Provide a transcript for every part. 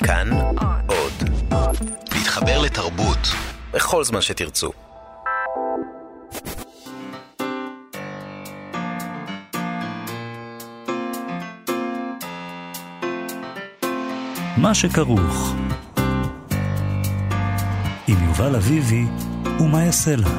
כאן עוד. להתחבר לתרבות בכל זמן שתרצו. מה שכרוך עם יובל אביבי ומה יעשה לה.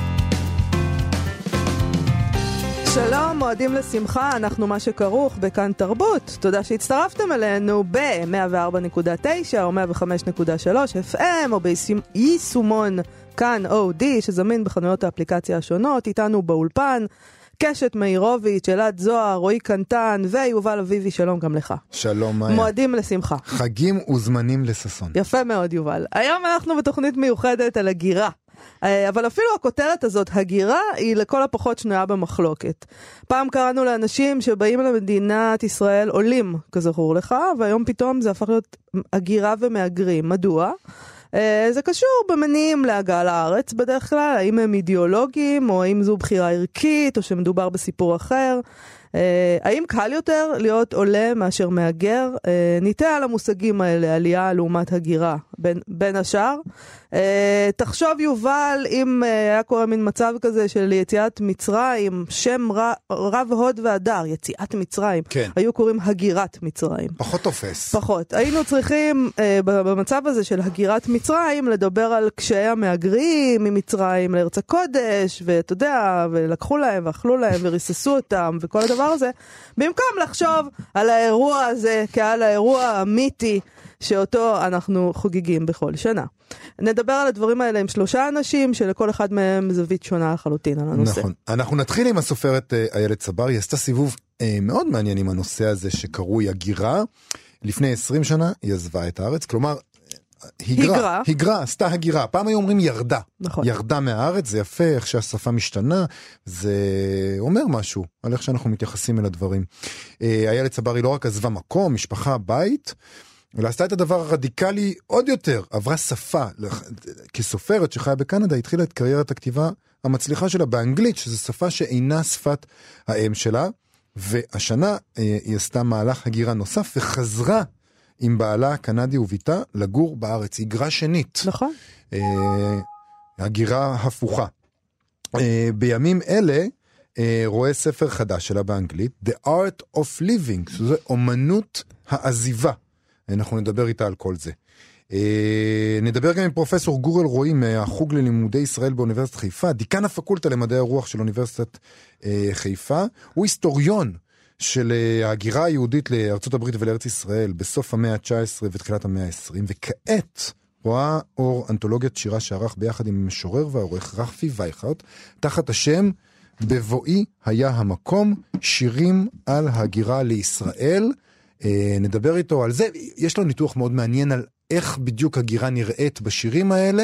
שלום, מועדים לשמחה, אנחנו מה שכרוך בכאן תרבות. תודה שהצטרפתם אלינו ב-104.9 או 105.3 FM או ביישומון כאן אודי שזמין בחנויות האפליקציה השונות. איתנו באולפן קשת מאירוביץ', אלעד זוהר, רועי קנטן ויובל אביבי. שלום גם לך. שלום מאיה. מועדים לשמחה. חגים וזמנים לששון. יפה מאוד יובל. היום אנחנו בתוכנית מיוחדת על הגירה. אבל אפילו הכותרת הזאת, הגירה, היא לכל הפחות שנויה במחלוקת. פעם קראנו לאנשים שבאים למדינת ישראל עולים, כזכור לך, והיום פתאום זה הפך להיות הגירה ומהגרים. מדוע? זה קשור במניעים להגעה לארץ בדרך כלל, האם הם אידיאולוגיים, או האם זו בחירה ערכית, או שמדובר בסיפור אחר. האם קל יותר להיות עולה מאשר מהגר? ניתן על המושגים האלה, עלייה לעומת הגירה, בין השאר. תחשוב יובל, אם היה קורה מין מצב כזה של יציאת מצרים, שם רב הוד והדר, יציאת מצרים, כן. היו קוראים הגירת מצרים. פחות תופס. פחות. היינו צריכים במצב הזה של הגירת מצרים לדבר על קשיי המהגרים ממצרים לארץ הקודש, ואתה יודע, ולקחו להם ואכלו להם וריססו אותם וכל הדבר הזה, במקום לחשוב על האירוע הזה כעל האירוע האמיתי שאותו אנחנו חוגגים בכל שנה. נדבר על הדברים האלה עם 3 אנשים שלכל אחד מהם זווית שונה לחלוטין על הנושא. נכון. אנחנו נתחיל עם הסופרת איילת צברי. היא עשתה סיבוב מאוד מעניין עם הנושא הזה שקרוי הגירה. לפני 20 שנה היא עזבה את הארץ, כלומר היגרה, עשתה הגירה. פעם היו אומרים ירדה. נכון. ירדה מהארץ, זה יפה, איך שהשפה משתנה, זה אומר משהו על איך שאנחנו מתייחסים אל הדברים. איילת צברי לא רק עזבה מקום, משפחה, בית, אלא עשתה את הדבר הרדיקלי עוד יותר, עברה שפה. כסופרת שחיה בקנדה, התחילה את קריירת הכתיבה המצליחה שלה באנגלית, שזו שפה שאינה שפת האם שלה, והשנה היא עשתה מהלך הגירה נוסף, וחזרה עם בעלה הקנדי וביתה לגור בארץ, היגרה שנית. נכון. הגירה הפוכה. בימים אלה רואה ספר חדש שלה באנגלית, The Art of Living, שזה אומנות העזיבה. אנחנו נדבר איתה על כל זה. נדבר גם עם פרופסור גור אלרועי מהחוג ללימודי ישראל באוניברסיטת חיפה, דיקן הפקולטה למדעי הרוח של אוניברסיטת חיפה. הוא היסטוריון של ההגירה היהודית לארצות הברית ולארץ ישראל בסוף המאה ה-19 ותחילת המאה ה-20, וכעת רואה אור אנתולוגיית שירה שערך ביחד עם משורר והעורך רפי וייכרט, תחת השם בבואי היה המקום, שירים על הגירה לישראל. נדבר איתו על זה. יש לו ניתוח מאוד מעניין על איך בדיוק הגירה נראית בשירים האלה.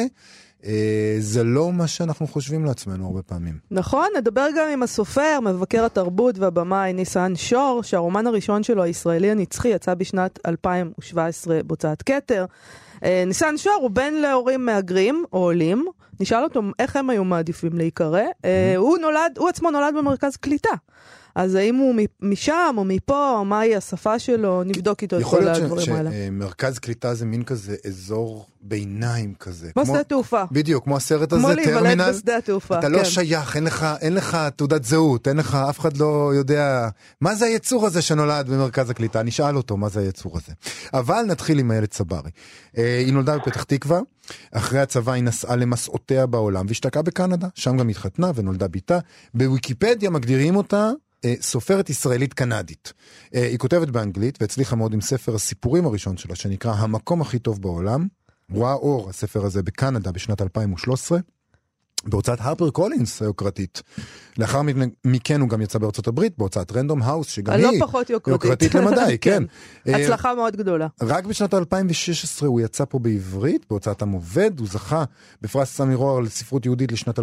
זה לא מה שאנחנו חושבים לעצמנו הרבה פעמים. נכון, נדבר גם עם הסופר, מבקר התרבות והבמאי ניסן שור, שהרומן הראשון שלו, הישראלי הנצחי, יצא בשנת 2017 בהוצאת כתר. ניסן שור הוא בן להורים מהגרים או עולים. נשאל אותו איך הם היו מעדיפים להיקרא. הוא עצמו נולד במרכז קליטה. אז האם הוא משם או מפה, או מהי השפה שלו, נבדוק איתו את כל הדברים האלה. יכול להיות שמרכז קליטה זה מין כזה אזור ביניים כזה. כמו שדה תעופה. בדיוק, כמו הסרט הזה, טרמינל. כמו להיוולד בשדה התעופה. אתה לא שייך, אין לך תעודת זהות, אף אחד לא יודע, מה זה היצור הזה שנולד במרכז הקליטה? נשאל אותו מה זה היצור הזה. אבל נתחיל עם איילת צברי. היא נולדה בפתח תקווה, אחרי הצבא היא נסעה למסעותיה בעולם, והשתקעה בקנדה, שם גם התחתנה ונולדה ביתה. בוויקיפדיה מגדירים אותה סופרת ישראלית קנדית. היא כותבת באנגלית והצליחה מאוד עם ספר הסיפורים הראשון שלה, שנקרא המקום הכי טוב בעולם. רואה אור הספר הזה בקנדה בשנת 2013, בהוצאת הרפר קולינס היוקרתית. לאחר מכן הוא גם יצא בארצות הברית, בהוצאת רנדום האוס, שגם היא יוקרתית למדי, כן. הצלחה מאוד גדולה. רק בשנת 2016 הוא יצא פה בעברית, בהוצאת עם עובד, הוא זכה בפרס סמי רוער לספרות יהודית לשנת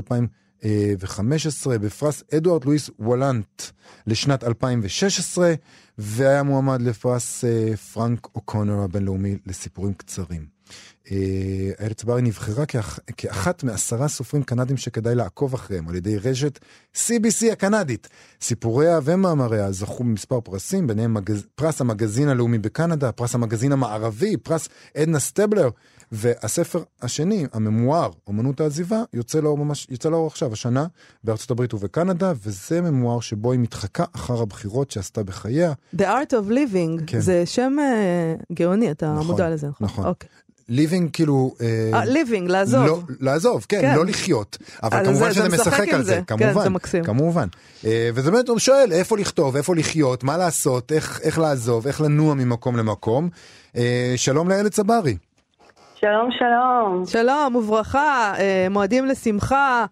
2015, בפרס אדוארד לואיס וולנט לשנת 2016, והיה מועמד לפרס פרנק אוקונר הבינלאומי לסיפורים קצרים. איילת צברי נבחרה כאחת מ10 סופרים קנדים שכדאי לעקוב אחריהם, על ידי רשת CBC הקנדית. סיפוריה ומאמריה זכו במספר פרסים, ביניהם פרס המגזין הלאומי בקנדה, פרס המגזין המערבי, פרס עדנה סטבלר, והספר השני, הממואר, אומנות העזיבה, יוצא לאור עכשיו, השנה, בארצות הברית ובקנדה, וזה ממואר שבו היא מתחקה אחר הבחירות שעשתה בחייה. The Art of Living, כן. זה שם גאוני, אתה נכון, מודע לזה, נכון? נכון. אוקיי. living כאילו... living, לעזוב. לא, לעזוב, כן, כן, לא לחיות. אבל כמובן שזה משחק על זה, כמובן. כן, זה מקסים. כמובן. וזה באמת, הוא שואל, איפה לכתוב, איפה לחיות, מה לעשות, איך לעזוב, איך לנוע ממקום למקום. שלום לאיילת צברי. שלום, שלום. שלום, וברכה, מועדים לשמחה.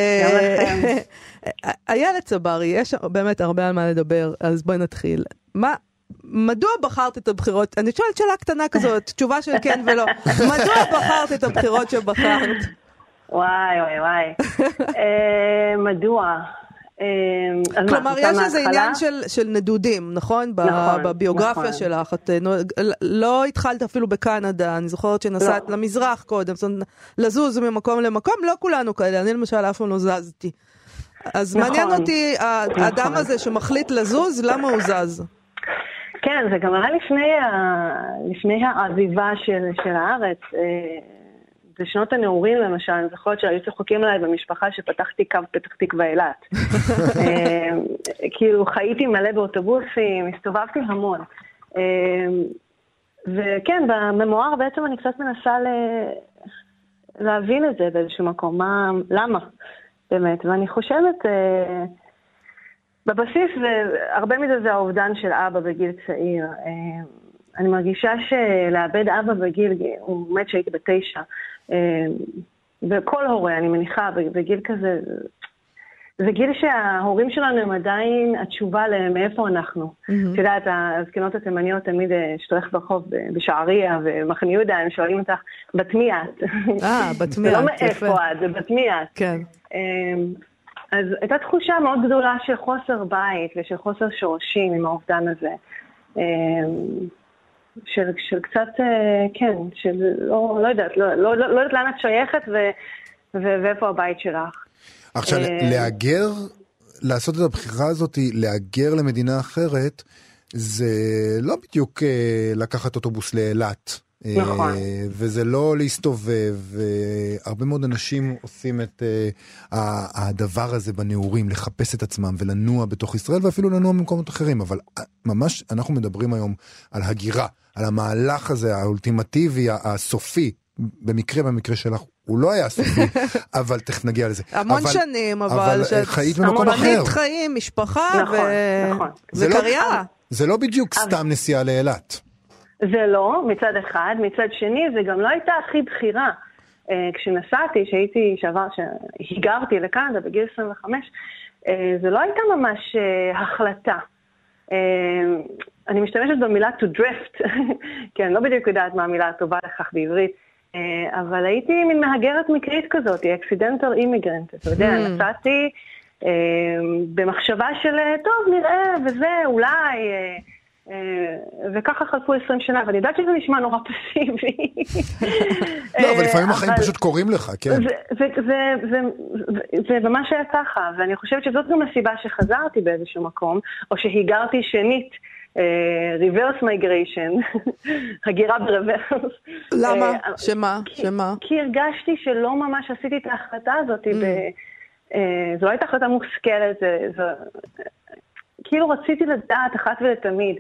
איילת צברי, יש באמת הרבה על מה לדבר, אז בואי נתחיל. מדוע בחרת את הבחירות? אני שואלת שאלה קטנה כזאת, תשובה של כן ולא. מדוע בחרת את הבחירות שבחרת? וואי, וואי, וואי. מדוע? כלומר, יש איזה עניין של נדודים, נכון? בביוגרפיה שלך. לא התחלת אפילו בקנדה, אני זוכרת שנסעת למזרח קודם, לזוז ממקום למקום, לא כולנו כאלה, אני למשל אף פעם לא זזתי. אז מעניין אותי, האדם הזה שמחליט לזוז, למה הוא זז? כן, זה גם היה לפני העזיבה של הארץ. בשנות הנעורים למשל, אני זוכרת שהיו צוחקים עליי במשפחה שפתחתי קו פתח תקווה אילת. כאילו חייתי מלא באוטובוסים, הסתובבתי המון. וכן, בממואר בעצם אני קצת מנסה להבין את זה באיזשהו מקום. למה? באמת. ואני חושבת... בבסיס, הרבה מזה זה האובדן של אבא בגיל צעיר. אני מרגישה שלאבד אבא בגיל, הוא מת שהייתי ב9, וכל הורה, אני מניחה, בגיל כזה, זה גיל שההורים שלנו הם עדיין התשובה מאיפה אנחנו. אתה יודע, הזקנות התימניות תמיד שתולך ברחוב בשעריה ומחנה יהודה, הם שואלים אותך, בתמיית. בתמיית. זה לא מאיפה את, זה בתמיית. כן. אז הייתה תחושה מאוד גדולה של חוסר בית ושל חוסר שורשים עם האובדן הזה. של קצת, כן, של לא יודעת, לא יודעת לאן את שייכת ואיפה הבית שלך. עכשיו, להגר, לעשות את הבחירה הזאת, להגר למדינה אחרת, זה לא בדיוק לקחת אוטובוס לאילת. נכון. וזה לא להסתובב, הרבה מאוד אנשים עושים את הדבר הזה בנעורים, לחפש את עצמם ולנוע בתוך ישראל ואפילו לנוע במקומות אחרים, אבל ממש אנחנו מדברים היום על הגירה, על המהלך הזה האולטימטיבי, הסופי, במקרה שלך הוא לא היה סופי, אבל תכף נגיע לזה. המון שנים, אבל חיית במקום אחר. חיים, משפחה וקריירה. זה לא בדיוק סתם נסיעה לאילת. זה לא, מצד אחד. מצד שני, זה גם לא הייתה הכי בחירה. כשנסעתי, שהיגרתי לקנדה בגיל 25, זה לא הייתה ממש החלטה. אני משתמשת במילה to drift, כן, לא בדיוק יודעת מה המילה הטובה לכך בעברית, אבל הייתי מין מהגרת מקרית כזאת, accidental immigrant, אתה יודע, נסעתי במחשבה של, טוב, נראה, וזה, אולי... וככה חלפו 20 שנה, ואני יודעת שזה נשמע נורא פסיבי. לא, אבל לפעמים החיים פשוט קוראים לך, כן. זה ממש היה ככה, ואני חושבת שזאת גם הסיבה שחזרתי באיזשהו מקום, או שהיגרתי שנית, reverse migration, הגירה ברוורס. למה? שמה? כי הרגשתי שלא ממש עשיתי את ההחלטה הזאת, זו לא הייתה החלטה מושכלת, כאילו רציתי לדעת אחת ולתמיד,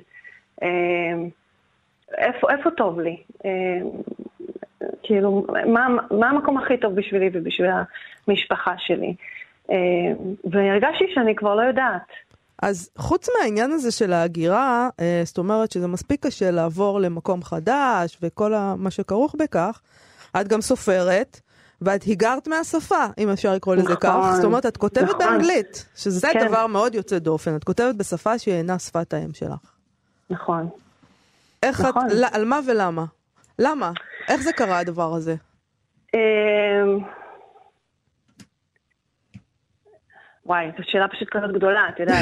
איפה טוב לי? כאילו, מה המקום הכי טוב בשבילי ובשביל המשפחה שלי? והרגשתי שאני כבר לא יודעת. אז חוץ מהעניין הזה של ההגירה, זאת אומרת שזה מספיק קשה לעבור למקום חדש וכל מה שכרוך בכך, את גם סופרת, ואת היגרת מהשפה, אם אפשר לקרוא לזה כך. זאת אומרת, את כותבת באנגלית, שזה דבר מאוד יוצא דופן. את כותבת בשפה שהיא אינה שפת האם שלך. נכון. איך את, על מה ולמה? למה? איך זה קרה הדבר הזה? וואי, זו שאלה פשוט כזאת גדולה, את יודעת.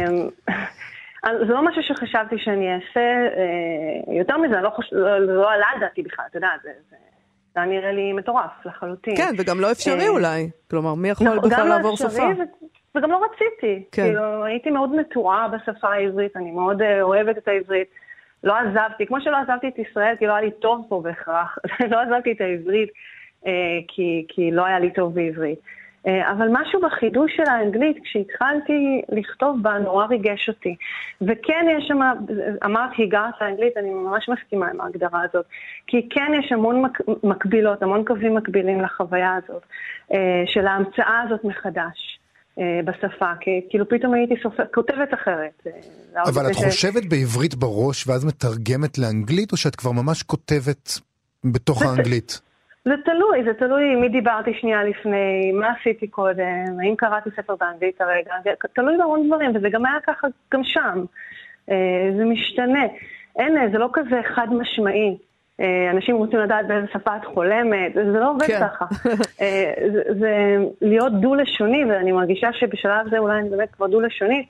זה לא משהו שחשבתי שאני אעשה, יותר מזה, לא עלה דעתי בכלל, אתה יודע, זה נראה לי מטורף לחלוטין. כן, וגם לא אפשרי אולי. כלומר, מי יכול בכלל לעבור שפה? וגם לא רציתי. כאילו, הייתי מאוד נטועה בשפה העברית, אני מאוד אוהבת את העברית. לא עזבתי, כמו שלא עזבתי את ישראל, כי לא היה לי טוב פה בהכרח. לא עזבתי את העברית, כי לא היה לי טוב בעברית. אבל משהו בחידוש של האנגלית, כשהתחלתי לכתוב בה, נורא ריגש אותי. וכן יש שם, אמרת היגרת לאנגלית, אני ממש מסכימה עם ההגדרה הזאת, כי כן יש המון מקבילות, המון קווים מקבילים לחוויה הזאת, של ההמצאה הזאת מחדש בשפה, כי כאילו פתאום הייתי כותבת אחרת. אבל את חושבת בעברית בראש, ואז מתרגמת לאנגלית, או שאת כבר ממש כותבת בתוך האנגלית? זה תלוי מי דיברתי שנייה לפני, מה עשיתי קודם, האם קראתי ספר באנגלית הרגע, תלוי בהמון דברים, וזה גם היה ככה גם שם, זה משתנה, זה לא כזה חד משמעי, אנשים רוצים לדעת באיזה שפה את חולמת, זה לא עובד ככה, זה להיות דו-לשוני, ואני מרגישה שבשלב זה אולי אני באמת כבר דו-לשוני,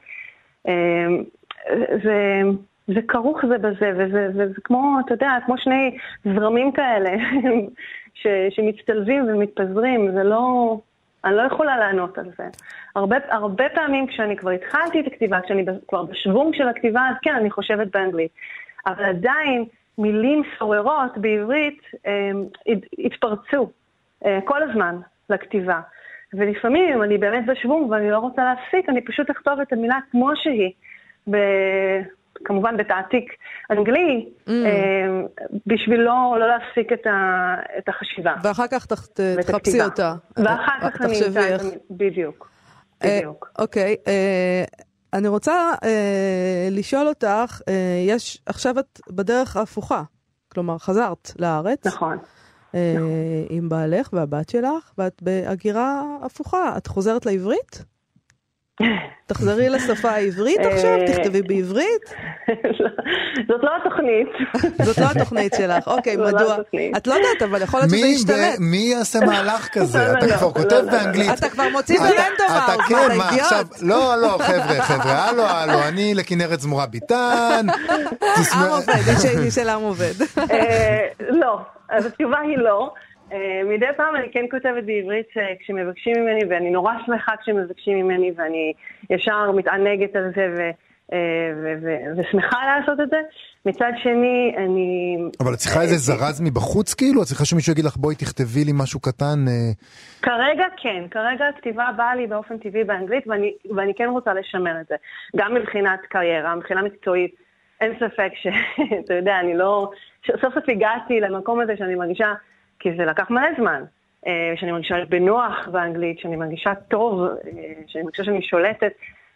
זה כרוך זה בזה, וזה כמו, אתה יודע, כמו שני זרמים כאלה, שמצטלבים ומתפזרים, זה לא, אני לא יכולה לענות על זה. הרבה פעמים כשאני כבר התחלתי את הכתיבה, כשאני כבר בשוונג של הכתיבה, אז כן, אני חושבת באנגלית. אבל עדיין מילים סוררות בעברית התפרצו כל הזמן לכתיבה. ולפעמים, אם אני באמת בשוונג ואני לא רוצה להפסיק, אני פשוט אכתוב את המילה כמו שהיא, כמובן בתעתיק אנגלי, בשביל לא להפסיק את החשיבה. ואחר כך תחפשי אותה. ואחר כך אני אמצא את בדיוק. אוקיי, אני רוצה לשאול אותך, עכשיו את בדרך ההפוכה, כלומר חזרת לארץ. נכון. עם בעלך והבת שלך, ואת בהגירה הפוכה. את חוזרת לעברית? תחזרי לשפה העברית עכשיו? תכתבי בעברית? זאת לא התוכנית. זאת לא התוכנית שלך. אוקיי, מדוע? את לא יודעת, אבל יכול להיות שזה ישתלט. מי יעשה מהלך כזה? אתה כבר כותב באנגלית. אתה כבר מוציא ברנדום. אתה כן, מה עכשיו? לא, חבר'ה, הלו, אני לכנרת זמורה ביטן. עם עובד, היא של עם עובד. לא, אז התשובה היא לא. מדי פעם אני כן כותבת בעברית כשמבקשים ממני, ואני נורא שמחה כשמבקשים ממני, ואני ישר מתענגת על זה ושמחה לעשות את זה. מצד שני, אני... אבל את צריכה איזה זרז מבחוץ כאילו? את צריכה שמישהו יגיד לך בואי תכתבי לי משהו קטן? כרגע כן, כרגע הכתיבה באה לי באופן טבעי באנגלית, ואני כן רוצה לשמר את זה. גם מבחינת קריירה, מבחינה מקצועית, אין ספק שאתה יודע, אני לא... סוף סוף הגעתי למקום הזה שאני מרגישה, כי זה לקח מלא זמן, שאני מרגישה בנוח באנגלית, שאני מרגישה טוב, שאני מרגישה שאני שולטת.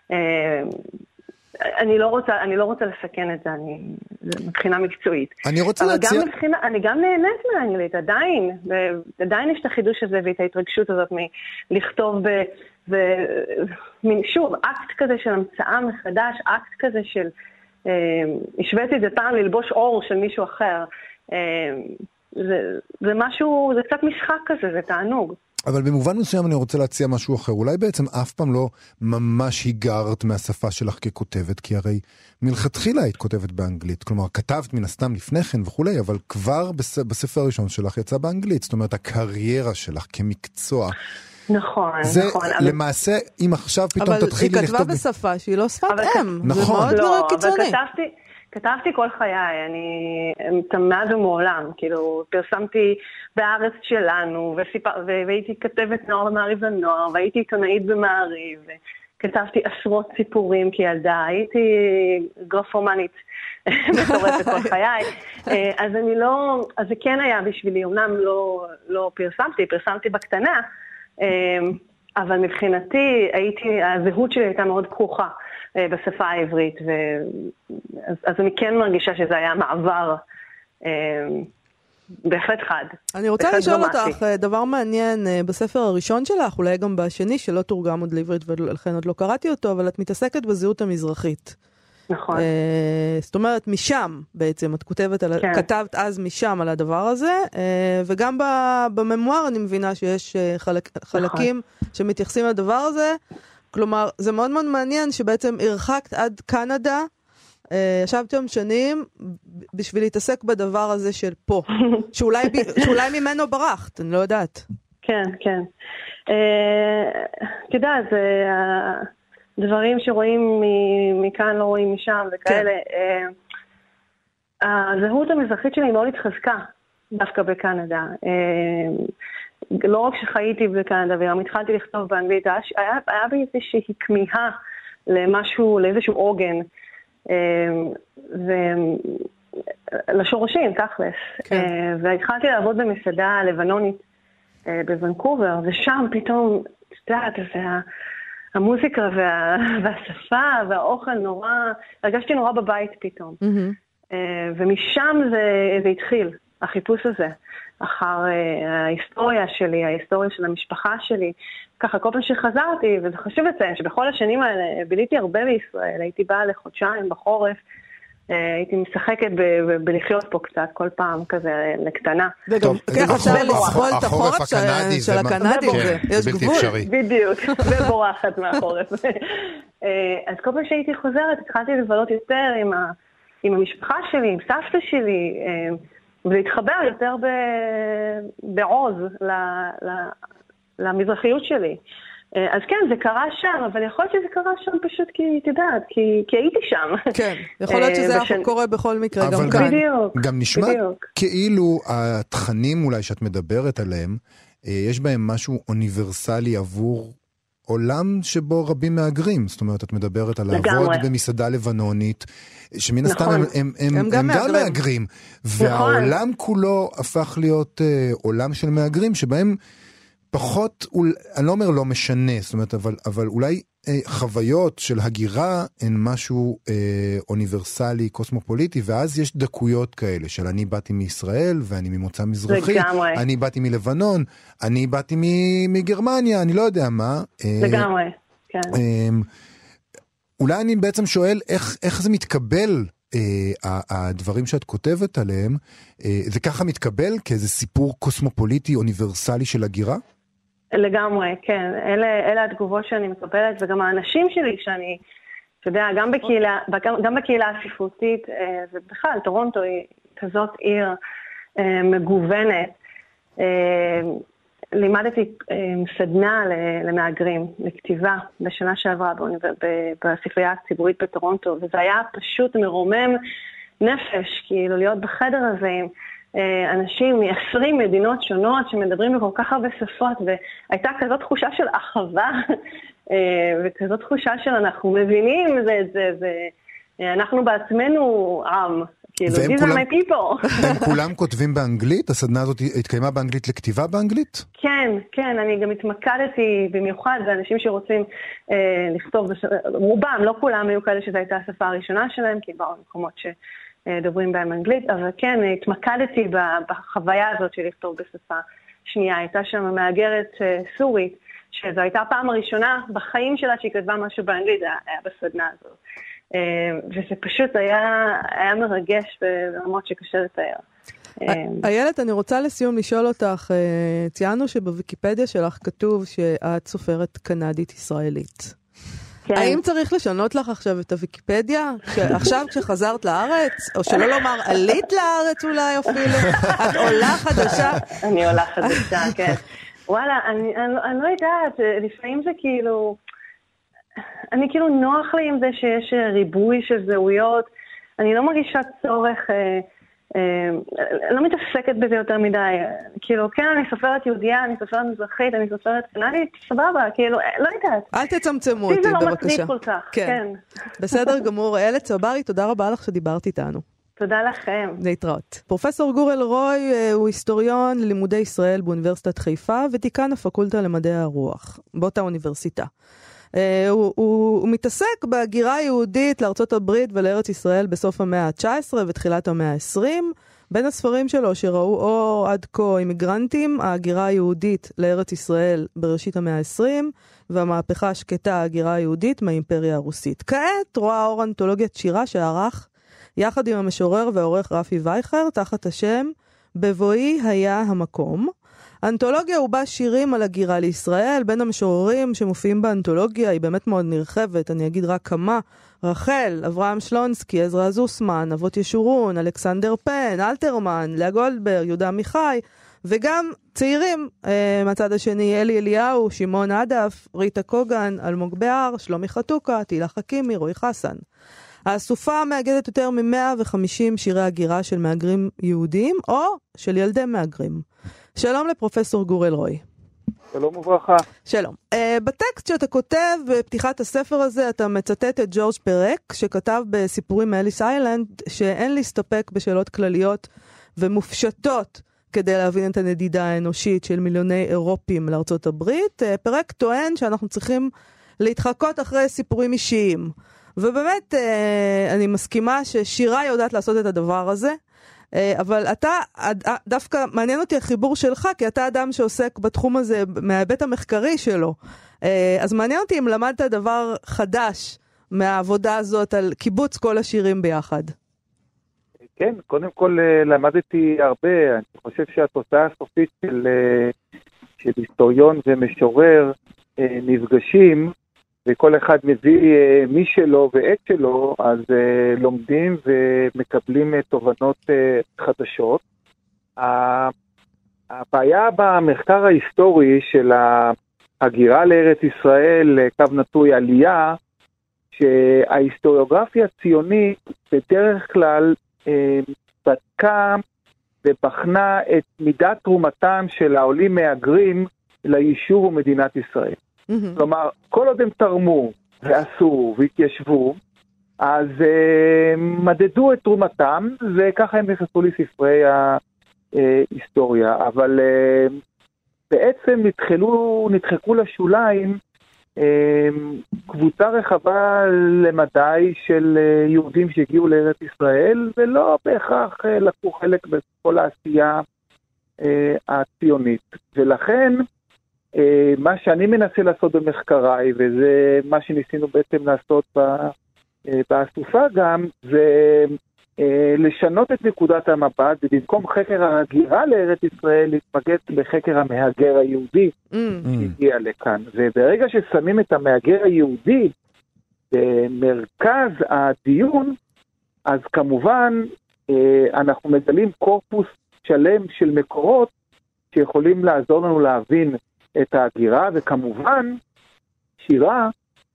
אני לא רוצה לסכן את זה, מבחינה מקצועית. אני רוצה להציע... אני גם נהנית מהאנגלית, עדיין יש את החידוש הזה ואת ההתרגשות הזאת מלכתוב שוב, אקט כזה של המצאה מחדש, אקט כזה של... השוויתי את זה פעם ללבוש אור של מישהו אחר. זה משהו, זה קצת משחק כזה, זה תענוג. אבל במובן מסוים אני רוצה להציע משהו אחר. אולי בעצם אף פעם לא ממש היגרת מהשפה שלך ככותבת, כי הרי מלכתחילה היית כותבת באנגלית. כלומר, כתבת מן הסתם לפני כן וכולי, אבל כבר בספר הראשון שלך יצא באנגלית. זאת אומרת, הקריירה שלך כמקצוע. נכון, זה למעשה, אם עכשיו פתאום תתחילי לכתוב... אבל היא כתבה בשפה שהיא לא שפת אם. נכון. זה מאוד קיצוני. כתבתי כל חיי, אני תמיד ומעולם, כאילו פרסמתי בארץ שלנו, והייתי כתבת נוער במעריב לנוער, והייתי עיתונאית במעריב, וכתבתי עשרות סיפורים כילדה, הייתי גרפומנית מטורפת כל חיי, אז אני לא, אז זה כן היה בשבילי, אמנם לא פרסמתי בקטנה, אבל מבחינתי הזהות שלי הייתה מאוד כרוכה בשפה העברית, אז אני כן מרגישה שזה היה מעבר בהחלט חד. אני רוצה לשאול אותך דבר מעניין בספר הראשון שלך, אולי גם בשני שלא תורגם עוד לעברית ולכן עוד לא קראתי אותו, אבל את מתעסקת בזהות המזרחית. נכון. זאת אומרת, משם בעצם, את כתבת אז משם על הדבר הזה, וגם בממואר אני מבינה שיש חלקים שמתייחסים לדבר הזה, כלומר, זה מאוד מאוד מעניין שבעצם הרחקת עד קנדה, ישבת שם שנים בשביל להתעסק בדבר הזה של פה, שאולי ממנו ברחת, אני לא יודעת. כן, כן. אתה יודע, זה דברים שרואים מכאן לא רואים משם וכאלה. הזהות המזרחית שלי מאוד התחזקה דווקא בקנדה. לא רק שחייתי בקנדה, וגם התחלתי לכתוב באנגלית, היה בי איזושהי כמיהה למשהו, לאיזשהו עוגן, לשורשים, תכלס. והתחלתי לעבוד במסעדה לבנונית בוונקובר, ושם פתאום, את יודעת, המוזיקה והשפה והאוכל נורא, הרגשתי נורא בבית פתאום. ומשם זה התחיל, החיפוש הזה, אחר ההיסטוריה שלי, ההיסטוריה של המשפחה שלי. ככה, כל פעם שחזרתי, וזה חשוב לציין שבכל השנים האלה ביליתי הרבה בישראל, הייתי באה לחודשיים בחורף, הייתי משחקת בלחיות פה קצת, כל פעם כזה לקטנה. וגם ככה אפשר לסבול את החורף של הקנדים, יש גבול. בדיוק, ובורחת מהחורף. אז כל פעם שהייתי חוזרת, התחלתי לבלות יותר עם המשפחה שלי, עם סבתא שלי, ולהתחבר יותר בעוז למזרחיות שלי. אז כן, זה קרה שם, אבל יכול להיות שזה קרה שם פשוט כי, תדעת, כי הייתי שם. כן, יכול להיות שזה קורה בכל מקרה גם כאן. בדיוק. גם נשמע כאילו התכנים אולי שאת מדברת עליהם, יש בהם משהו אוניברסלי עבור עולם שבו רבים מהגרים. זאת אומרת, את מדברת על לעבוד במסעדה לבנונית, שמן הסתם הם גם מהגרים. והעולם כולו הפך להיות עולם של מהגרים, שבהם פחות, אני לא אומר לא משנה, זאת אומרת, אבל אולי חוויות של הגירה הן משהו אוניברסלי, קוסמופוליטי, ואז יש דקויות כאלה, של אני באתי מישראל, ואני ממוצא מזרחי, אני באתי מלבנון, אני באתי מגרמניה, אני לא יודע מה. לגמרי, כן. אולי אני בעצם שואל, איך זה מתקבל, הדברים שאת כותבת עליהם, זה ככה מתקבל כאיזה סיפור קוסמופוליטי, אוניברסלי של הגירה? לגמרי, כן. אלה התגובות שאני מקבלת, וגם האנשים שלי שאני, אתה יודע, גם בקהילה הספרותית, ובכלל, טורונטו היא כזאת עיר מגוונת. לימדתי סדנה למהגרים, לכתיבה, בשנה שעברה בספרייה הציבורית בטורונטו, וזה היה פשוט מרומם נפש, כאילו להיות בחדר הזה עם אנשים מ-20 מדינות שונות שמדברים בכל כך הרבה שפות, והייתה כזאת תחושה של אחווה, וכזאת תחושה של אנחנו מבינים אנחנו בעצמנו עם, כאילו, these are my people. הם כולם כותבים באנגלית? הסדנה הזאת התקיימה באנגלית לכתיבה באנגלית? כן, כן, אני גם התמקדתי במיוחד באנשים שרוצים לכתוב, רובם, לא כולם היו כאלה שזו הייתה השפה הראשונה שלהם, כי באו מקומות דוברים בהם אנגלית, אבל כן, התמקדתי בחוויה הזאת של לכתוב בשפה שנייה. הייתה שם מהגרת סורית, שזו הייתה הפעם הראשונה בחיים שלה שהיא כתבה משהו באנגלית, זה היה בסדנה הזאת. וזה פשוט היה מרגש ברמות שקשה לתאר. איילת, אני רוצה לסיום לשאול אותך, ציינו שבוויקיפדיה שלך כתוב שאת סופרת קנדית-ישראלית. כן. האם צריך לשנות לך עכשיו את הוויקיפדיה? עכשיו כשחזרת לארץ? או שלא לומר, עלית לארץ אולי אפילו? את עולה חדשה? אני עולה חדשה, כן. וואלה, אני לא יודעת, לפעמים זה כאילו, אני כאילו נוח לי עם זה שיש ריבוי של זהויות, אני לא מרגישה צורך, לא מתעסקת בזה יותר מדי, כאילו, כן, אני סופרת יהודיה, אני סופרת מזרחית, אני סופרת קנדית, סבבה, כאילו, לא יודעת. אל תצמצמו אותי, בבקשה. זה לא מצדיק כל כך, כן. בסדר גמור, איילת צברי, תודה רבה לך שדיברת איתנו. תודה לכם. להתראות. פרופסור גור אלרוי הוא היסטוריון ללימודי ישראל באוניברסיטת חיפה, ודיקן הפקולטה למדעי הרוח, באותה אוניברסיטה. הוא מתעסק בהגירה היהודית לארצות הברית ולארץ ישראל בסוף המאה ה-19 ותחילת המאה ה-20. בין הספרים שלו שראו אור עד כה אימיגרנטים, ההגירה היהודית לארץ ישראל בראשית המאה ה-20, והמהפכה השקטה, ההגירה היהודית מהאימפריה הרוסית. כעת רואה אור אנתולוגיית שירה שערך יחד עם המשורר והעורך רפי וייכר תחת השם בבואי היה המקום. האנתולוגיה הוא בה שירים על הגירה לישראל, בין המשוררים שמופיעים באנתולוגיה היא באמת מאוד נרחבת, אני אגיד רק כמה, רחל, אברהם שלונסקי, עזרא זוסמן, אבות ישורון, אלכסנדר פן, אלתרמן, לאה גולדברג, יהודה עמיחי, וגם צעירים מהצד השני, אלי אליהו, שמעון עדף, ריטה קוגן, אלמוג בהר, שלומי חתוקה, תהילה חכימי, רועי חסן. האסופה מאגדת יותר מ-150 שירי הגירה של מהגרים יהודים או של ילדי מהגרים. שלום לפרופסור גור אלרועי. שלום וברכה. שלום. בטקסט שאתה כותב בפתיחת הספר הזה, אתה מצטט את ג'ורג' פרק, שכתב בסיפורים מאליס איילנד, שאין להסתפק בשאלות כלליות ומופשטות כדי להבין את הנדידה האנושית של מיליוני אירופים לארצות הברית. פרק טוען שאנחנו צריכים להתחקות אחרי סיפורים אישיים. ובאמת אני מסכימה ששירה יודעת לעשות את הדבר הזה, אבל אתה, דווקא מעניין אותי החיבור שלך, כי אתה אדם שעוסק בתחום הזה מההיבט המחקרי שלו. אז מעניין אותי אם למדת דבר חדש מהעבודה הזאת על קיבוץ כל השירים ביחד. כן, קודם כל למדתי הרבה. אני חושב שהתוצאה הסופית של היסטוריון ומשורר נפגשים, וכל אחד מביא מי שלו ועת שלו, אז לומדים ומקבלים תובנות חדשות. הבעיה במחקר ההיסטורי של ההגירה לארץ ישראל, קו נטוי עלייה, שההיסטוריוגרפיה הציונית בדרך כלל בדקה ובחנה את מידת תרומתם של העולים מהגרים ליישוב ומדינת ישראל. כלומר, כל עוד הם תרמו ועשו והתיישבו, אז מדדו את תרומתם, וככה הם נכנסו לספרי ההיסטוריה. אבל בעצם נדחקו לשוליים קבוצה רחבה למדי של יהודים שהגיעו לארץ ישראל, ולא בהכרח לקחו חלק בכל העשייה הציונית. ולכן, מה שאני מנסה לעשות במחקריי, וזה מה שניסינו בעצם לעשות באסופה גם, זה לשנות את נקודת המבט, ובמקום חקר ההגירה לארץ ישראל, להתמקד בחקר המהגר היהודי שהגיע לכאן. וברגע ששמים את המהגר היהודי במרכז הדיון, אז כמובן אנחנו מגלים קורפוס שלם של מקורות שיכולים לעזור לנו להבין את ההגירה, וכמובן שירה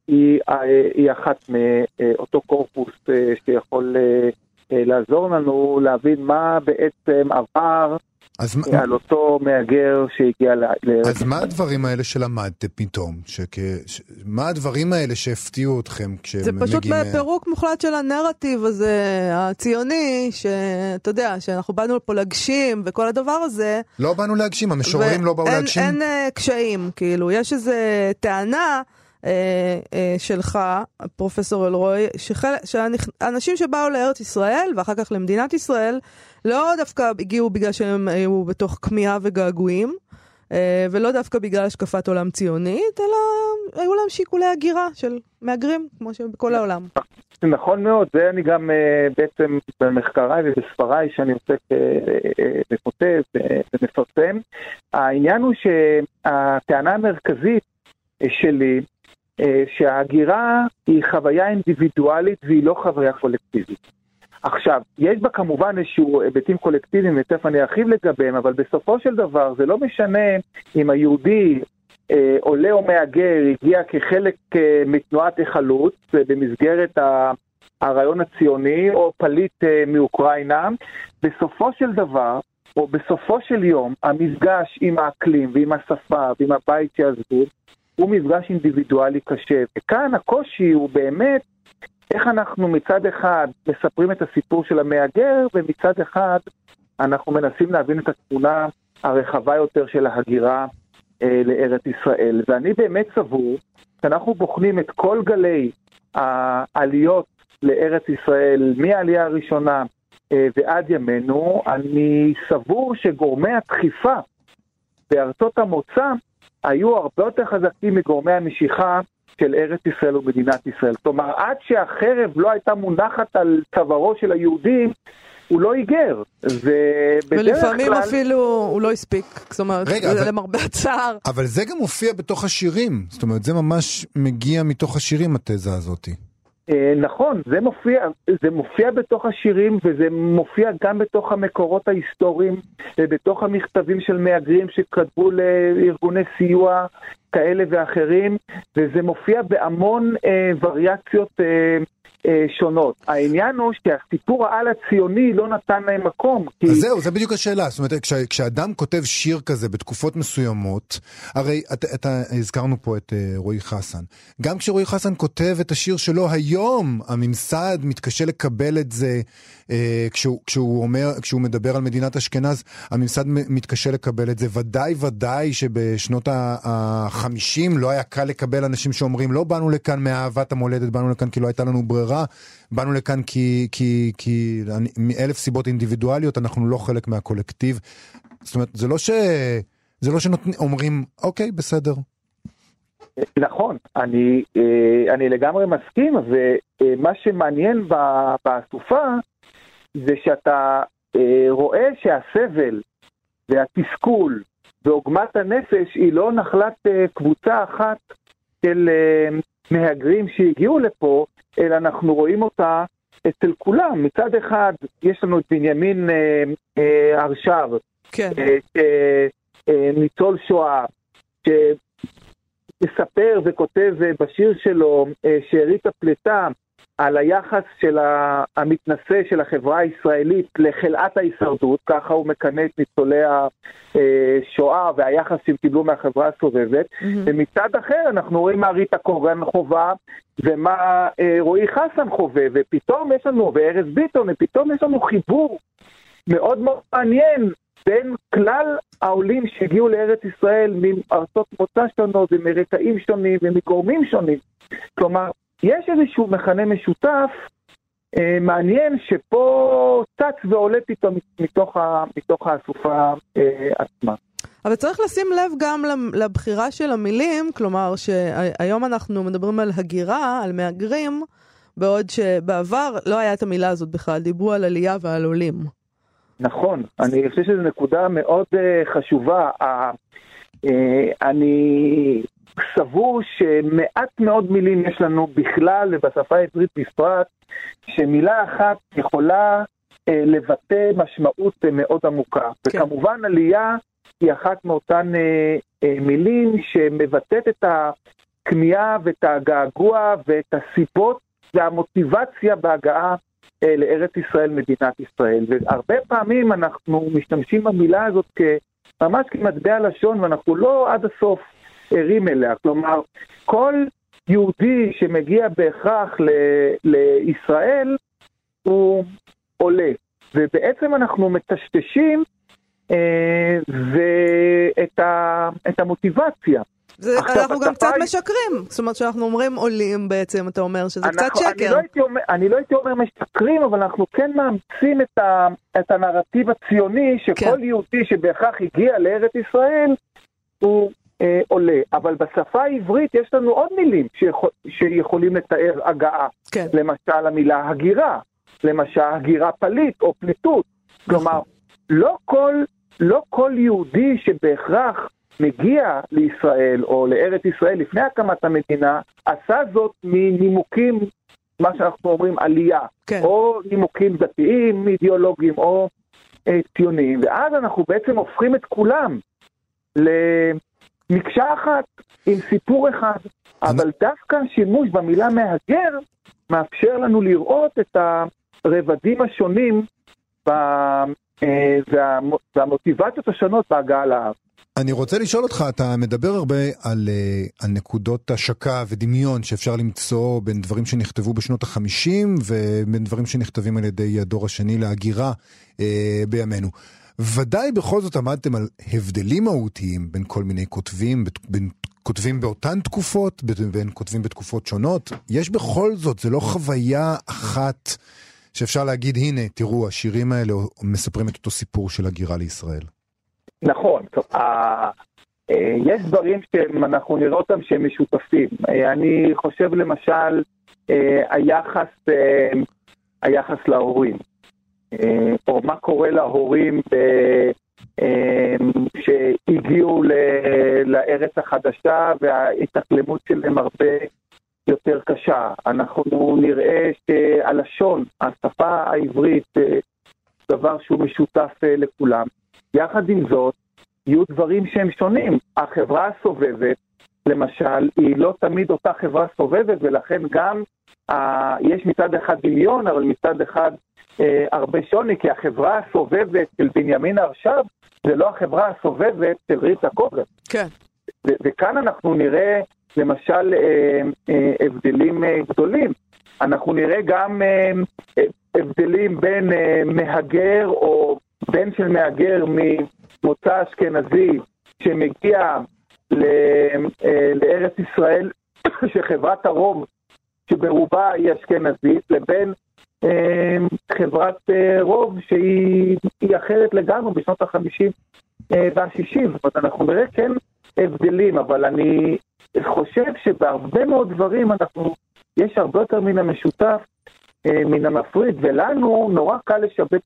היא אחת מאותו קורפוס שיכול לעזור לנו להבין מה בעצם עבר על אותו מהגר שהגיע לארץ. אז מה הדברים האלה שלמדתם פתאום? מה הדברים האלה שהפתיעו אתכם זה פשוט פירוק מוחלט של הנרטיב הזה, הציוני, שאתה יודע, שאנחנו באנו פה להגשים וכל הדבר הזה. לא באנו להגשים, המשוררים לא באו להגשים. אין קשיים, כאילו, יש איזו טענה שלך, פרופסור אלרועי, שאנשים שבאו לארץ ישראל ואחר כך למדינת ישראל, לא דווקא הגיעו בגלל שהם היו בתוך כמיהה וגעגועים, ולא דווקא בגלל השקפת עולם ציונית, אלא היו להם שיקולי הגירה של מהגרים, כמו שבכל העולם. נכון מאוד, זה אני גם בעצם במחקריי ובספריי שאני עוסק וכותב ומפרסם. העניין הוא שהטענה המרכזית שלי, שההגירה היא חוויה אינדיבידואלית והיא לא חוויה קולקטיבית. עכשיו, יש בה כמובן איזשהו היבטים קולקטיביים, ותכף אני ארחיב לגביהם, אבל בסופו של דבר זה לא משנה אם היהודי עולה או מהגר הגיע כחלק מתנועת החלוץ במסגרת הרעיון הציוני או פליט מאוקראינה. בסופו של דבר, או בסופו של יום, המפגש עם האקלים ועם השפה ועם הבית שעזבו, הוא מפגש אינדיבידואלי קשה. וכאן הקושי הוא באמת איך אנחנו מצד אחד מספרים את הסיפור של המהגר, ומצד אחד אנחנו מנסים להבין את התמונה הרחבה יותר של ההגירה לארץ ישראל. ואני באמת סבור שאנחנו בוחנים את כל גלי העליות לארץ ישראל, מהעלייה הראשונה ועד ימינו. אני סבור שגורמי הדחיפה בארצות המוצא היו הרבה יותר חזקים מגורמי המשיכה של ארץ ישראל ומדינת ישראל. כלומר, עד שהחרב לא הייתה מונחת על צווארו של היהודים, הוא לא ייגר. ולפעמים אפילו הוא לא הספיק, זאת אומרת, למרבה הצער. אבל זה גם מופיע בתוך השירים, זאת אומרת, זה ממש מגיע מתוך השירים, התזה הזאת. נכון, זה מופיע בתוך השירים, וזה מופיע גם בתוך המקורות ההיסטוריים, ובתוך המכתבים של מהגרים שכתבו לארגוני סיוע כאלה ואחרים, וזה מופיע בהמון וריאציות שונות. העניין הוא שהסיפור העל הציוני לא נתן להם מקום. אז זהו, זה בדיוק השאלה. זאת אומרת, כשאדם כותב שיר כזה בתקופות מסוימות, הרי הזכרנו פה את רועי חסן. גם כשרועי חסן כותב את השיר שלו היום, הממסד מתקשה לקבל את זה, כשהוא מדבר על מדינת אשכנז, הממסד מתקשה לקבל את זה. ודאי שבשנות ה-50 לא היה קל לקבל אנשים שאומרים, לא באנו לכאן מאהבת המולדת, באנו לכאן כי לא הייתה לנו ברירה, באנו לכאן כי מאלף סיבות אינדיבידואליות, אנחנו לא חלק מהקולקטיב. זאת אומרת, זה לא שאומרים, אוקיי, בסדר. נכון, אני לגמרי מסכים, ומה שמעניין באסופה, זה שאתה רואה שהסבל והתסכול ועוגמת הנפש היא לא נחלת קבוצה אחת של מהגרים שהגיעו לפה, אלא אנחנו רואים אותה אצל כולם. מצד אחד יש לנו את בנימין הרשב, כן. ניצול שואה, שמספר וכותב בשיר שלו שארית הפלטה, על היחס של המתנשא של החברה הישראלית לחלאת ההישרדות, ככה הוא מכנה את ניצולי השואה והיחס שהם קיבלו מהחברה הסובבת, ומצד אחר אנחנו רואים מה ריטה קורן חובה, ומה רועי חסן חווה, ופתאום יש לנו, וארז ביטון, ופתאום יש לנו חיבור מאוד מאוד מעניין, בין כלל העולים שהגיעו לארץ ישראל, מארצות מוצא שונות, ומרקעים שונים, ומגורמים שונים. כלומר, יש איזשהו מכנה משותף מעניין שפה צץ ועולה פתאום מתוך האסופה עצמה. אבל צריך לשים לב גם לבחירה של המילים, כלומר שהיום אנחנו מדברים על הגירה, על מהגרים, בעוד שבעבר לא היה את המילה הזאת בכלל, דיברו על עלייה ועל עולים. נכון, אני חושב שזו נקודה מאוד חשובה. אני סבור שמעט מאוד מילים יש לנו בכלל ובשפה העברית בפרט, שמילה אחת יכולה לבטא משמעות מאוד עמוקה. כן. וכמובן עלייה היא אחת מאותן מילים שמבטאת את הכמיהה ואת הגעגוע ואת הסיבות והמוטיבציה בהגעה לארץ ישראל, מדינת ישראל. והרבה פעמים אנחנו משתמשים במילה הזאת ממש כמטבע לשון, ואנחנו לא עד הסוף ערים אליה. כלומר, כל יהודי שמגיע בהכרח לישראל הוא עולה. ובעצם אנחנו מטשטשים את המוטיבציה. אנחנו גם קצת משקרים, זאת אומרת שאנחנו אומרים עולים בעצם, אתה אומר שזה קצת שקר. אני לא הייתי אומר משקרים, אבל אנחנו כן מאמצים את הנרטיב הציוני, שכל יהודי שבהכרח הגיע לארץ ישראל הוא עולה. אבל בשפה העברית יש לנו עוד מילים שיכולים לתאר הגעה. למשל המילה הגירה, למשל הגירה פליט או פליטות. כלומר, לא כל יהודי שבהכרח מגיע לישראל או לארץ ישראל לפני הקמת המדינה, עשה זאת מנימוקים, מה שאנחנו אומרים, עלייה, או נימוקים דתיים, אידיאולוגיים או ציוניים, ואז אנחנו בעצם הופכים את כולם למקשה אחת עם סיפור אחד, אבל דווקא שימוש במילה מהגר מאפשר לנו לראות את הרבדים השונים והמוטיבציות השונות בהגעה לארץ. אני רוצה לשאול אותך, אתה מדבר הרבה על נקודות השקה ודמיון שאפשר למצוא בין דברים שנכתבו בשנות ה-50 ובין דברים שנכתבים על ידי הדור השני להגירה בימינו. ודאי בכל זאת עמדתם על הבדלים מהותיים בין כל מיני כותבים, בין כותבים באותן תקופות, בין כותבים בתקופות שונות. יש בכל זאת, זה לא חוויה אחת שאפשר להגיד, הנה, תראו, השירים האלה מספרים את אותו סיפור של הגירה לישראל. נכון, יש דברים שאנחנו נראה אותם שהם משותפים. אני חושב למשל היחס להורים. או מה קורה להורים שהגיעו לארץ החדשה וההתאקלמות שלהם הרבה יותר קשה. אנחנו נראה שהלשון, השפה העברית, דבר שהוא משותף לכולם. יחד עם זאת, יהיו דברים שהם שונים. החברה הסובבת, למשל, היא לא תמיד אותה חברה סובבת, ולכן גם יש מצד אחד דמיון, אבל מצד אחד הרבה שוני, כי החברה הסובבת של בנימין הרשב, זה לא החברה הסובבת של ריצה קובלר. כן. וכאן אנחנו נראה, למשל, הבדלים גדולים. אנחנו נראה גם הבדלים בין מהגר או בן של מהגר ממוצא אשכנזי שמגיע לארץ ישראל, שחברת הרוב שברובה היא אשכנזית, לבין חברת רוב שהיא אחרת לגמרי בשנות ה-50 וה-60. זאת אומרת, אנחנו נראה כן הבדלים, אבל אני חושב שבהרבה מאוד דברים יש הרבה יותר מן המשותף, מן המפריד, ולנו נורא קל לשבט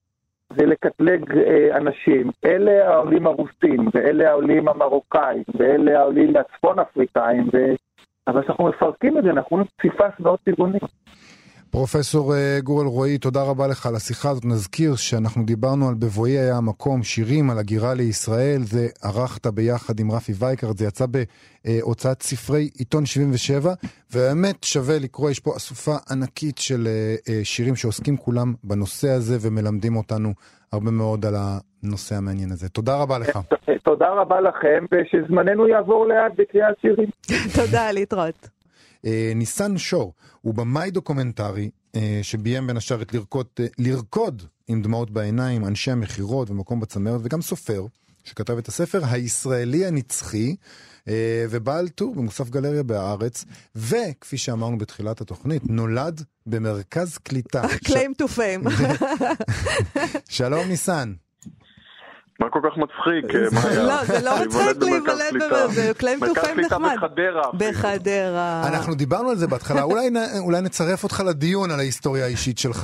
ולקטלג אנשים. אלה העולים הרוסים, ואלה העולים המרוקאים, ואלה העולים הצפון אפריקאים, אבל אנחנו מפרקים את זה, אנחנו פסיפס מאוד צבעוני. פרופסור גור אלרועי, תודה רבה לך על השיחה הזאת. נזכיר שאנחנו דיברנו על בבואי היה המקום, שירים על הגירה לישראל, זה ערכת ביחד עם רפי וייקר, זה יצא בהוצאת ספרי עיתון 77, ובאמת שווה לקרוא, יש פה אסופה ענקית של שירים שעוסקים כולם בנושא הזה, ומלמדים אותנו הרבה מאוד על הנושא המעניין הזה. תודה רבה לך. תודה רבה לכם, ושזמננו יעבור לאט בקריאת שירים. תודה, להתראות. ניסן שור הוא במאי דוקומנטרי שביים בין השאר את לרקוד עם דמעות בעיניים, אנשי המחירות ומקום בצמרת, וגם סופר שכתב את הספר הישראלי הנצחי, ובעל טור במוסף גלריה בארץ, וכפי שאמרנו בתחילת התוכנית, נולד במרכז קליטה. claim to fame. שלום ניסן. מה כל כך מצחיק? לא, זה לא מצחיק להיוולד במרכז קליטה. claim to fame נחמד. בחדרה. אנחנו דיברנו על זה בהתחלה, אולי נצרף אותך לדיון על ההיסטוריה האישית שלך.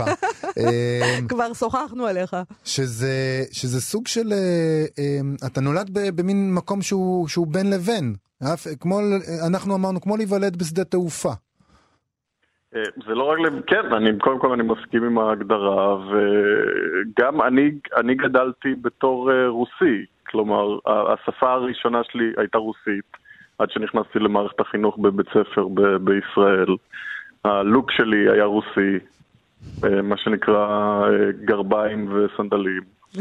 כבר שוחחנו עליך. שזה סוג של, אתה נולד במין מקום שהוא בין לבין. אנחנו אמרנו, כמו להיוולד בשדה תעופה. זה לא רק כן, קודם כל אני מסכים עם ההגדרה, וגם אני גדלתי בתור רוסי, כלומר, השפה הראשונה שלי הייתה רוסית, עד שנכנסתי למערכת החינוך בבית ספר בישראל. הלוק שלי היה רוסי, מה שנקרא גרביים וסנדלים.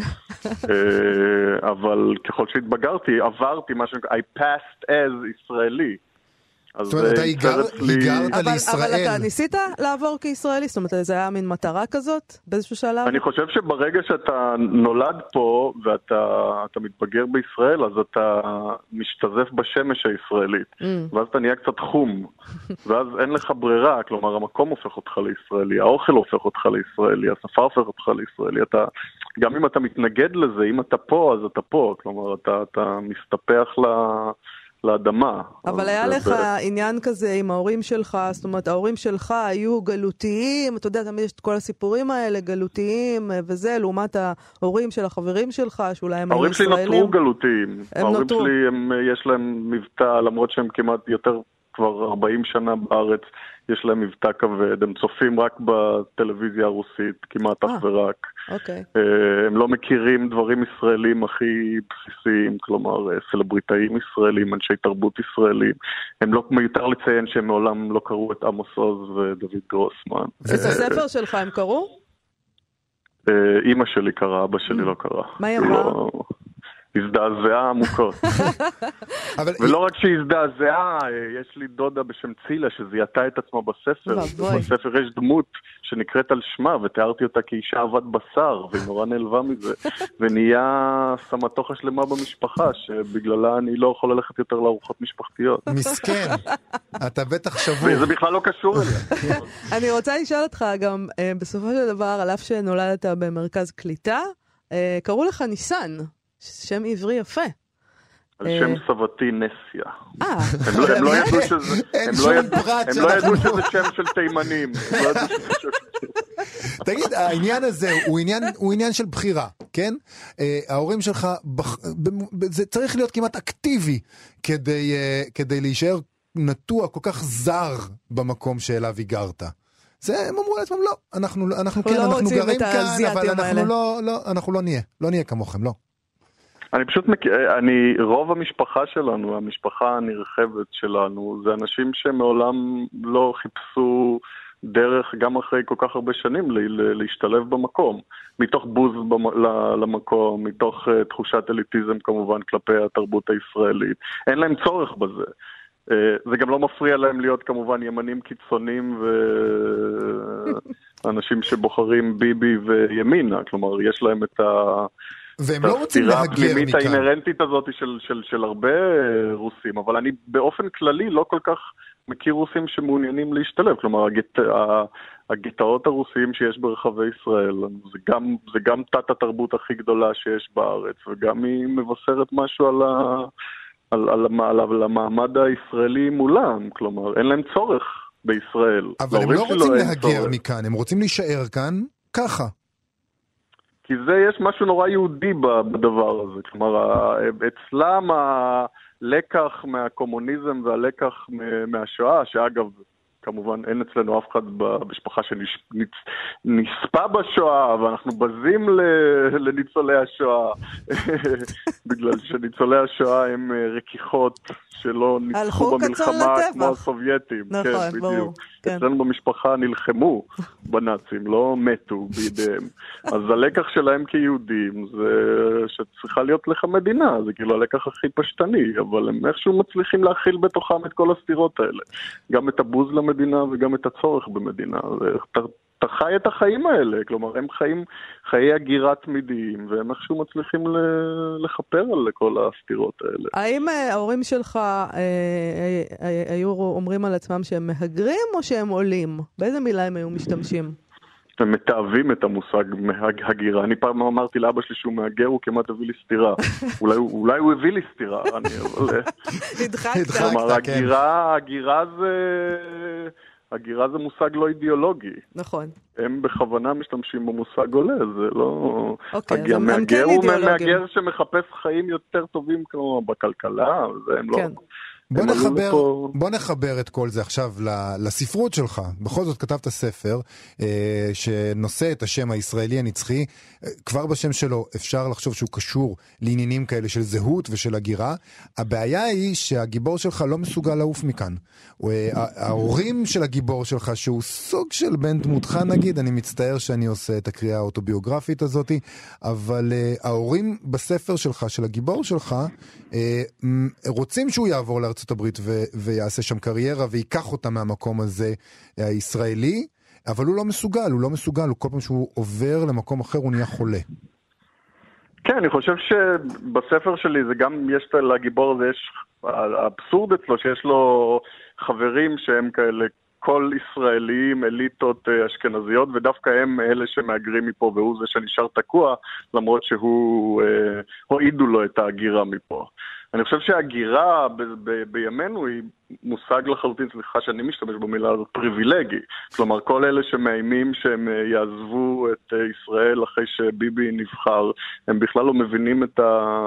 אבל ככל שהתבגרתי, עברתי מה שנקרא, I passed as ישראלי. זאת אומרת, אתה היגרת לישראל. אבל אתה ניסית לעבור כישראלי? זאת אומרת, זה היה מין מטרה כזאת באיזשהו שלב? אני חושב שברגע שאתה נולד פה ואתה מתבגר בישראל, אז אתה משתזף בשמש הישראלית. ואז אתה נהיה קצת חום. ואז אין לך ברירה, כלומר, המקום הופך אותך לישראלי, האוכל הופך אותך לישראלי, השפה הופך אותך לישראלי. גם אם אתה מתנגד לזה, אם אתה פה, אז אתה פה. כלומר, אתה מסתפח לאדמה. אבל היה לך עניין כזה עם ההורים שלך, זאת אומרת, ההורים שלך היו גלותיים, אתה יודע, תמיד יש את כל הסיפורים האלה, גלותיים וזה, לעומת ההורים של החברים שלך, שאולי הם היו ישראלים. ההורים שלי נותרו גלותיים. ההורים שלי, יש להם מבטא, למרות שהם כמעט יותר כבר 40 שנה בארץ, יש להם מבטא כבד, הם צופים רק בטלוויזיה הרוסית, כמעט אך ורק. אוקיי. הם לא מכירים דברים ישראלים הכי בסיסיים, כלומר סלבריטאים ישראלים, אנשי תרבות ישראלים. הם לא מיותר לציין שהם מעולם לא קראו את עמוס עוז ודוד גרוסמן. את הספר שלך הם קראו? אמא שלי קרא, אבא שלי לא קרא. מה היא אמרה? הזדעזעה עמוקות. ולא רק שהזדעזעה, יש לי דודה בשם צילה שזיהתה את עצמה בספר. בספר יש דמות שנקראת על שמה, ותיארתי אותה כאישה עבד בשר, והיא נורא נעלבה מזה. ונהיה סמטוחה שלמה במשפחה, שבגללה אני לא יכול ללכת יותר לארוחות משפחתיות. מסכן, אתה בטח שבוע. וזה בכלל לא קשור אליה. אני רוצה לשאול אותך גם, בסופו של דבר, על אף שנולדת במרכז קליטה, קראו לך ניסן. שם עברי יפה. על שם סבתי נסיה. הם לא ידעו שזה שם של תימנים. תגיד, העניין הזה הוא עניין של בחירה, כן? ההורים שלך, זה צריך להיות כמעט אקטיבי כדי להישאר נטוע כל כך זר במקום שאליו הגרת. זה, הם אמרו לעצמם, לא, אנחנו גרים כאן, אבל אנחנו לא נהיה כמוכם, לא. אני פשוט רוב המשפחה שלנו, המשפחה הנרחבת שלנו, זה אנשים שמעולם לא חיפשו דרך, גם אחרי כל כך הרבה שנים, להשתלב במקום. מתוך בוז למקום, מתוך תחושת אליטיזם כמובן כלפי התרבות הישראלית. אין להם צורך בזה. זה גם לא מפריע להם להיות כמובן ימנים קיצונים ואנשים שבוחרים ביבי וימינה. כלומר, יש להם את והם לא רוצים להגר מכאן. הפנימית האינרנטית הזאת של הרבה רוסים, אבל אני באופן כללי לא כל כך מכיר רוסים שמעוניינים להשתלב. כלומר, הגטאות הרוסיים שיש ברחבי ישראל, זה גם תת התרבות הכי גדולה שיש בארץ, וגם היא מבשרת משהו על המעמד הישראלי מולם. כלומר, אין להם צורך בישראל. אבל הם לא רוצים להגר מכאן, הם רוצים להישאר כאן ככה. כי יש משהו נורא יהודי בדבר הזה. כלומר, אצלם הלקח מהקומוניזם והלקח מהשואה, שאגב, כמובן אין אצלנו אף אחד במשפחה שנספה בשואה, ואנחנו בזים לניצולי השואה, בגלל שניצולי השואה הם רקיחות שלא ניצחו במלחמה כמו הסובייטים. נכון, ברור. אצלנו במשפחה נלחמו בנאצים, לא מתו בידיהם. אז הלקח שלהם כיהודים זה שצריכה להיות לך מדינה, זה כאילו הלקח הכי פשטני, אבל הם איכשהו מצליחים להכיל בתוכם את כל הסתירות האלה. גם את הבוז למדינה וגם את הצורך במדינה. אתה חי את החיים האלה, כלומר הם חיים חיי הגירה תמידיים, והם איכשהו מצליחים לחפר על כל הסתירות האלה. האם ההורים שלך היו אומרים על עצמם שהם מהגרים או שהם עולים? באיזה מילה הם היו משתמשים? הם מתאהבים את המושג הגירה. אני פעם אמרתי לאבא שלי שהוא מהגר, הוא כמעט הביא לי סתירה. אולי הוא הביא לי סתירה. הדחקת. כלומר, הגירה זה מושג לא אידיאולוגי. נכון. הם בכוונה משתמשים במושג עולה, זה לא... אוקיי, המהגר הוא מהגר שמחפש חיים יותר טובים כמו בכלכלה, זה הם לא... בוא נחבר את כל זה עכשיו לספרות שלך. בכל זאת כתבת ספר שנושא את השם הישראלי הנצחי. כבר בשם שלו אפשר לחשוב שהוא קשור לעניינים כאלה של זהות ושל הגירה. הבעיה היא שהגיבור שלך לא מסוגל לעוף מכאן. ההורים של הגיבור שלך, שהוא סוג של בן דמותך נגיד, אני מצטער שאני עושה את הקריאה האוטוביוגרפית הזאת, אבל ההורים בספר שלך, של הגיבור שלך, רוצים שהוא יעבור לארצות הברית ויעשה שם קריירה ויקח אותה מהמקום הזה הישראלי, אבל הוא לא מסוגל, הוא כל פעם שהוא עובר למקום אחר הוא נהיה חולה. כן, אני חושב שבספר שלי זה גם, יש לגיבור הזה, יש האבסורד אצלו שיש לו חברים שהם כאלה כל ישראלים, אליטות אשכנזיות, ודווקא הם אלה שמאגרים מפה, והוא זה שנשאר תקוע, למרות שהוא הועידו לו את ההגירה מפה. אני חושב שההגירה בימינו היא מושג לחלוטין, סליחה שאני משתמש במילה הזאת, פריבילגי. כלומר, כל אלה שמאיימים שהם יעזבו את ישראל אחרי שביבי נבחר, הם בכלל לא מבינים את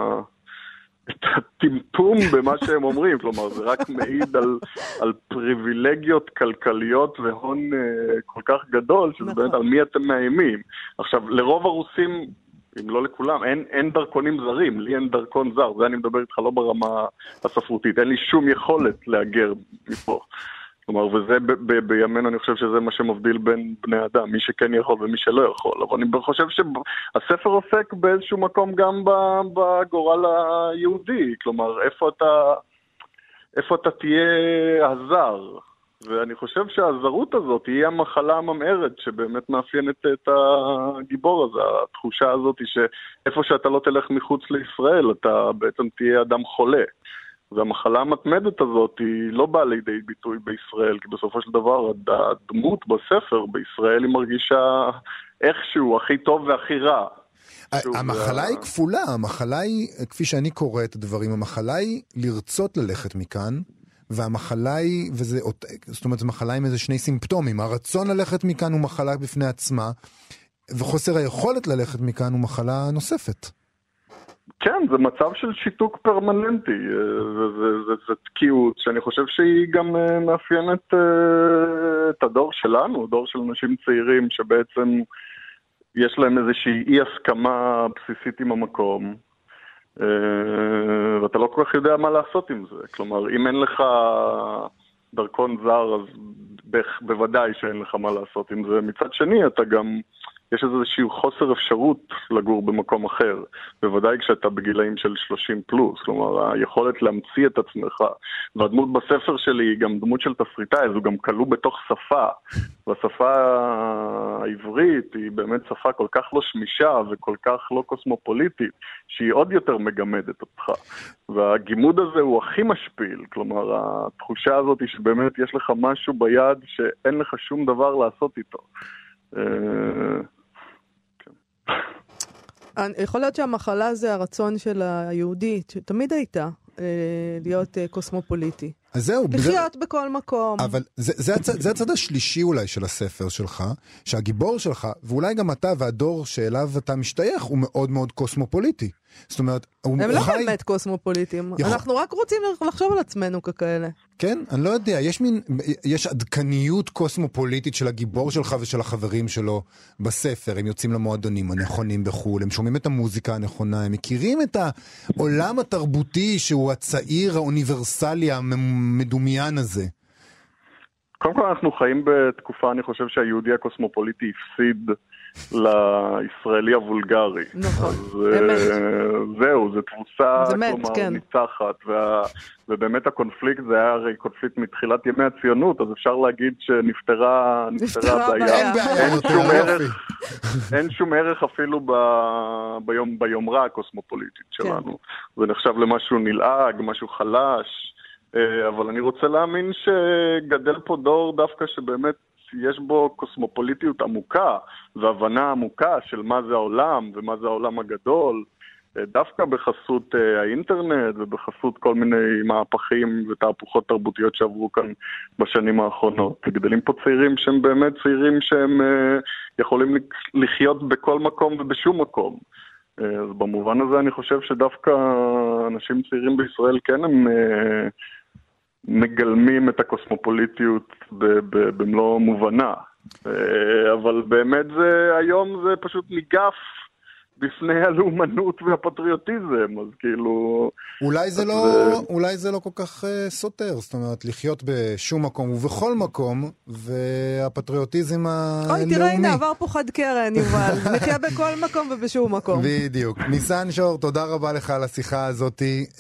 הטמטום במה שהם אומרים. כלומר, זה רק מעיד על פריבילגיות כלכליות והון כל כך גדול, שזה באמת על מי אתם מאיימים. עכשיו, לרוב הרוסים, אם לא לכולם, אין דרכונים זרים, לי אין דרכון זר, זה אני מדבר איתך לא ברמה הספרותית, אין לי שום יכולת להגר מפה. כלומר, וזה בימינו אני חושב שזה מה שמבדיל בין בני אדם, מי שכן יכול ומי שלא יכול. אבל אני חושב שהספר עוסק באיזשהו מקום גם בגורל היהודי, כלומר, איפה אתה תהיה הזר. ואני חושב שהזרות הזאת היא המחלה הממארת שבאמת מאפיינת את הגיבור הזה, התחושה הזאת שאיפה שאתה לא תלך מחוץ לישראל, אתה בעצם תהיה אדם חולה. והמחלה המתמדת הזאת היא לא באה לידי ביטוי בישראל, כי בסופו של דבר הדמות בספר בישראל היא מרגישה איכשהו הכי טוב והכי רע. המחלה היא כפולה, המחלה היא, כפי שאני קורא את הדברים, המחלה היא לרצות ללכת מכאן, והמחלה היא, זאת אומרת, זו מחלה עם איזה שני סימפטומים, הרצון ללכת מכאן הוא מחלה בפני עצמה, וחוסר היכולת ללכת מכאן הוא מחלה נוספת. כן, זה מצב של שיתוק פרמננטי, זה תקיעות, שאני חושב שהיא גם מאפיינת את הדור שלנו, דור של אנשים צעירים שבעצם יש להם איזושהי אי הסכמה בסיסית עם המקום, ואתה לא כל כך יודע מה לעשות עם זה. כלומר, אם אין לך דרכון זר, אז בוודאי שאין לך מה לעשות עם זה. מצד שני, אתה גם, יש איזשהו חוסר אפשרות לגור במקום אחר, בוודאי כשאתה בגילאים של 30 פלוס, כלומר, היכולת להמציא את עצמך. והדמות בספר שלי היא גם דמות של תסריטאי, אז הוא גם כלוא בתוך שפה, והשפה העברית היא באמת שפה כל כך לא שמישה וכל כך לא קוסמופוליטית, שהיא עוד יותר מגמדת אותך. והגימוד הזה הוא הכי משפיל, כלומר, התחושה הזאת היא שבאמת יש לך משהו ביד שאין לך שום דבר לעשות איתו. יכול להיות שהמחלה זה הרצון של היהודית, שתמיד הייתה להיות קוסמופוליטי. אז זהו. לחיות בכל מקום. אבל זה הצד השלישי אולי של הספר שלך, שהגיבור שלך, ואולי גם אתה והדור שאליו אתה משתייך, הוא מאוד מאוד קוסמופוליטי. זאת אומרת, הם לא באמת קוסמופוליטים. אנחנו רק רוצים לחשוב על עצמנו ככאלה. כן, אני לא יודע. יש עדכניות קוסמופוליטית של הגיבור שלך ושל החברים שלו בספר. הם יוצאים למועדונים הנכונים בחול, הם שומעים את המוזיקה הנכונה, הם מכירים את העולם התרבותי שהוא הצעיר האוניברסלי המדומיין הזה. קודם כל אנחנו חיים בתקופה, אני חושב שהיהודי הקוסמופוליטי הפסיד לישראלי הוולגרי. נכון, אמת. זהו, זה תבוסה, כלומר, כן. ניצחת, ובאמת הקונפליקט זה היה הרי קונפליקט מתחילת ימי הציונות, אז אפשר להגיד שנפטרה הבעיה. אין שום ערך אפילו ביומרה הקוסמופוליטית שלנו. זה נחשב למשהו נלעג, משהו חלש, אבל אני רוצה להאמין שגדל פה דור דווקא שבאמת יש בו קוסמופוליטיות עמוקה, והבנה עמוקה של מה זה העולם, ומה זה העולם הגדול, דווקא בחסות האינטרנט, ובחסות כל מיני מהפכים ותהפוכות תרבותיות שעברו כאן בשנים האחרונות. גדלים פה צעירים שהם באמת צעירים שהם יכולים לחיות בכל מקום ובשום מקום. אז במובן הזה אני חושב שדווקא אנשים צעירים בישראל כן הם מגלמים את הקוסמופוליטיות במלוא מובנה. אבל באמת היום זה פשוט ניגף בפני הלאומנות והפטריוטיזם, אז כאילו... אולי זה לא כל כך סותר, זאת אומרת, לחיות בשום מקום ובכל מקום, והפטריוטיזם הלאומי. אוי, תראה, הנה, עבר פה חד קרן, יובל. נחיה בכל מקום ובשום מקום. בדיוק. ניסן שור, תודה רבה לך על השיחה הזאת.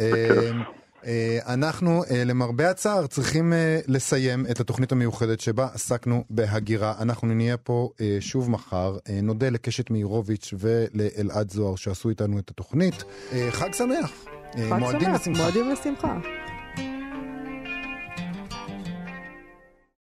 אנחנו למרבה הצער צריכים לסיים את התוכנית המיוחדת שבה עסקנו בהגירה. אנחנו נהיה פה שוב מחר. נודה לקשת מאירוביץ' ולאלעד זוהר שעשו איתנו את התוכנית. חג שמח. מועדים לשמחה.